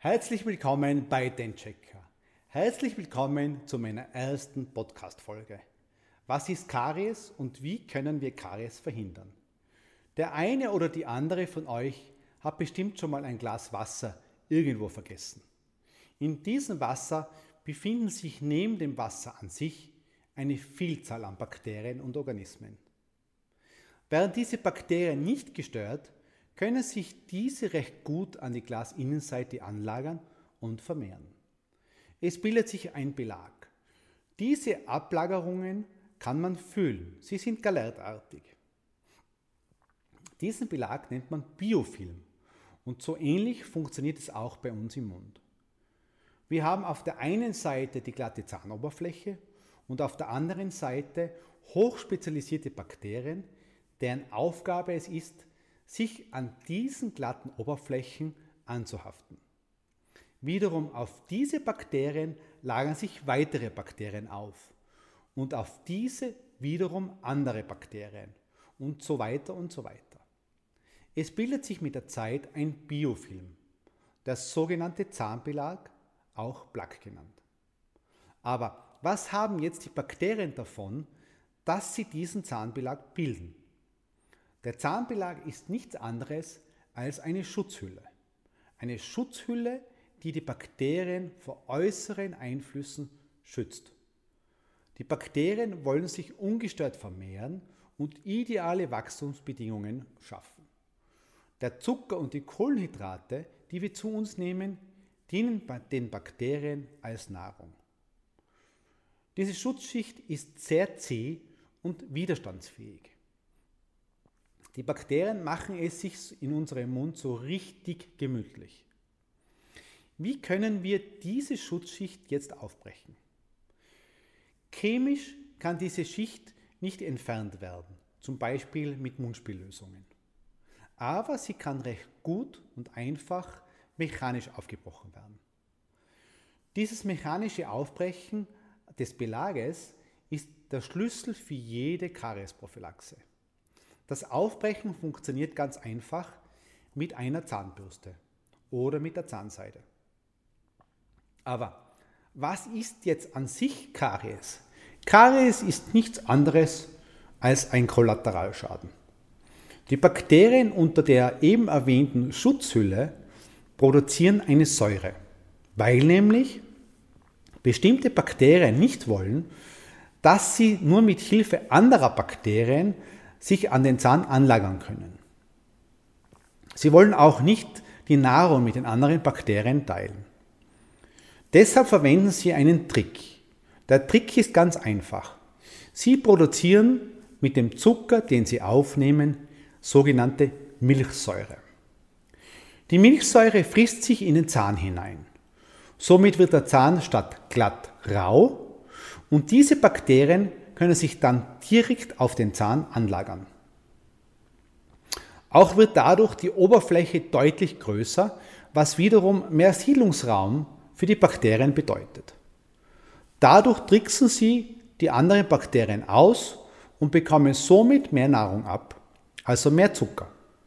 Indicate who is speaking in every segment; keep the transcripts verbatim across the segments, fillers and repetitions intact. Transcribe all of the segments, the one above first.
Speaker 1: Herzlich willkommen bei Dentchecker. Herzlich willkommen zu meiner ersten Podcast-Folge. Was ist Karies und wie können wir Karies verhindern? Der eine oder die andere von euch hat bestimmt schon mal ein Glas Wasser irgendwo vergessen. In diesem Wasser befinden sich neben dem Wasser an sich eine Vielzahl an Bakterien und Organismen. Wären diese Bakterien nicht gestört, können sich diese recht gut an die Glasinnenseite anlagern und vermehren. Es bildet sich ein Belag. Diese Ablagerungen kann man fühlen. Sie sind gallertartig. Diesen Belag nennt man Biofilm und so ähnlich funktioniert es auch bei uns im Mund. Wir haben auf der einen Seite die glatte Zahnoberfläche und auf der anderen Seite hochspezialisierte Bakterien, deren Aufgabe es ist, sich an diesen glatten Oberflächen anzuhaften. Wiederum auf diese Bakterien lagern sich weitere Bakterien auf und auf diese wiederum andere Bakterien und so weiter und so weiter. Es bildet sich mit der Zeit ein Biofilm, der sogenannte Zahnbelag, auch Plaque genannt. Aber was haben jetzt die Bakterien davon, dass sie diesen Zahnbelag bilden? Der Zahnbelag ist nichts anderes als eine Schutzhülle. Eine Schutzhülle, die die Bakterien vor äußeren Einflüssen schützt. Die Bakterien wollen sich ungestört vermehren und ideale Wachstumsbedingungen schaffen. Der Zucker und die Kohlenhydrate, die wir zu uns nehmen, dienen den Bakterien als Nahrung. Diese Schutzschicht ist sehr zäh und widerstandsfähig. Die Bakterien machen es sich in unserem Mund so richtig gemütlich. Wie können wir diese Schutzschicht jetzt aufbrechen? Chemisch kann diese Schicht nicht entfernt werden, zum Beispiel mit Mundspüllösungen. Aber sie kann recht gut und einfach mechanisch aufgebrochen werden. Dieses mechanische Aufbrechen des Belages ist der Schlüssel für jede Kariesprophylaxe. Das Aufbrechen funktioniert ganz einfach mit einer Zahnbürste oder mit der Zahnseide. Aber was ist jetzt an sich Karies? Karies ist nichts anderes als ein Kollateralschaden. Die Bakterien unter der eben erwähnten Schutzhülle produzieren eine Säure, weil nämlich bestimmte Bakterien nicht wollen, dass sie nur mit Hilfe anderer Bakterien sich an den Zahn anlagern können. Sie wollen auch nicht die Nahrung mit den anderen Bakterien teilen. Deshalb verwenden sie einen Trick. Der Trick ist ganz einfach. Sie produzieren mit dem Zucker, den sie aufnehmen, sogenannte Milchsäure. Die Milchsäure frisst sich in den Zahn hinein. Somit wird der Zahn statt glatt rau und diese Bakterien können sich dann direkt auf den Zahn anlagern. Auch wird dadurch die Oberfläche deutlich größer, was wiederum mehr Siedlungsraum für die Bakterien bedeutet. Dadurch tricksen sie die anderen Bakterien aus und bekommen somit mehr Nahrung ab, also mehr Zucker.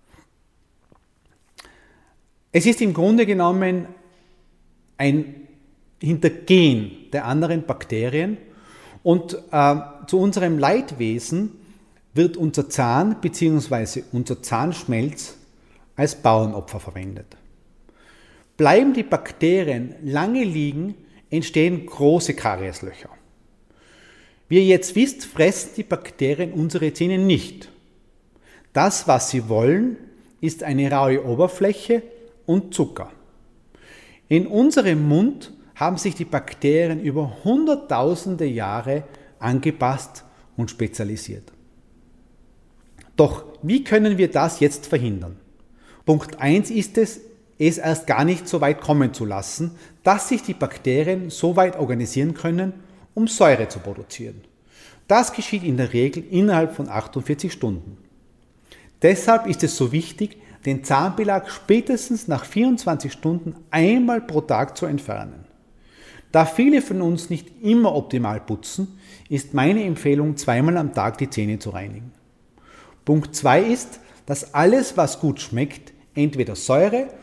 Speaker 1: Es ist im Grunde genommen ein Hintergehen der anderen Bakterien und äh, zu unserem Leidwesen wird unser Zahn bzw. unser Zahnschmelz als Bauernopfer verwendet. Bleiben die Bakterien lange liegen, entstehen große Karieslöcher. Wie ihr jetzt wisst, fressen die Bakterien unsere Zähne nicht. Das, was sie wollen, ist eine raue Oberfläche und Zucker. In unserem Mund haben sich die Bakterien über hunderttausende Jahre angepasst und spezialisiert. Doch wie können wir das jetzt verhindern? Punkt eins ist es, es erst gar nicht so weit kommen zu lassen, dass sich die Bakterien so weit organisieren können, um Säure zu produzieren. Das geschieht in der Regel innerhalb von achtundvierzig Stunden. Deshalb ist es so wichtig, den Zahnbelag spätestens nach vierundzwanzig Stunden einmal pro Tag zu entfernen. Da viele von uns nicht immer optimal putzen, ist meine Empfehlung, zweimal am Tag die Zähne zu reinigen. Punkt zwei ist, dass alles, was gut schmeckt, entweder Säure,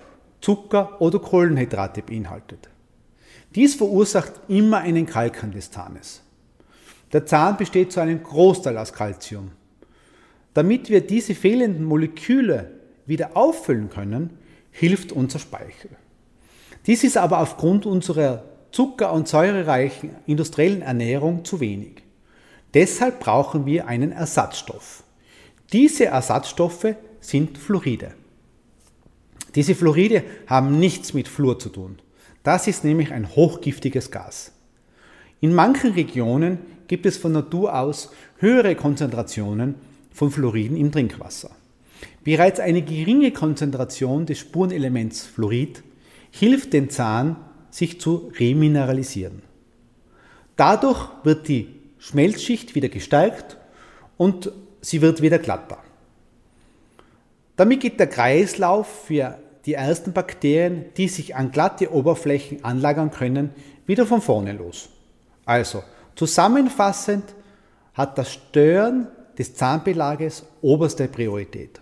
Speaker 1: Zucker oder Kohlenhydrate beinhaltet. Dies verursacht immer einen Kalkern des Zahnes. Der Zahn besteht zu einem Großteil aus Calcium. Damit wir diese fehlenden Moleküle wieder auffüllen können, hilft unser Speichel. Dies ist aber aufgrund unserer zucker- und säurereichen industriellen Ernährung zu wenig. Deshalb brauchen wir einen Ersatzstoff. Diese Ersatzstoffe sind Fluoride. Diese Fluoride haben nichts mit Fluor zu tun. Das ist nämlich ein hochgiftiges Gas. In manchen Regionen gibt es von Natur aus höhere Konzentrationen von Fluoriden im Trinkwasser. Bereits eine geringe Konzentration des Spurenelements Fluorid hilft dem Zahn, sich zu remineralisieren. Dadurch wird die Schmelzschicht wieder gestärkt und sie wird wieder glatter. Damit geht der Kreislauf für die ersten Bakterien, die sich an glatte Oberflächen anlagern können, wieder von vorne los. Also, zusammenfassend hat das Stören des Zahnbelages oberste Priorität.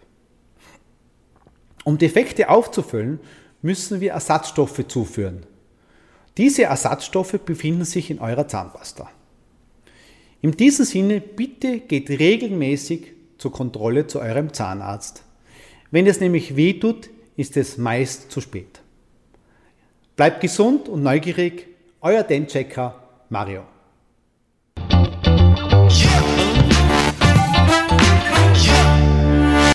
Speaker 1: Um Defekte aufzufüllen, müssen wir Ersatzstoffe zuführen. Diese Ersatzstoffe befinden sich in eurer Zahnpasta. In diesem Sinne, bitte geht regelmäßig zur Kontrolle zu eurem Zahnarzt. Wenn es nämlich weh tut, ist es meist zu spät. Bleibt gesund und neugierig, euer Dentchecker Mario.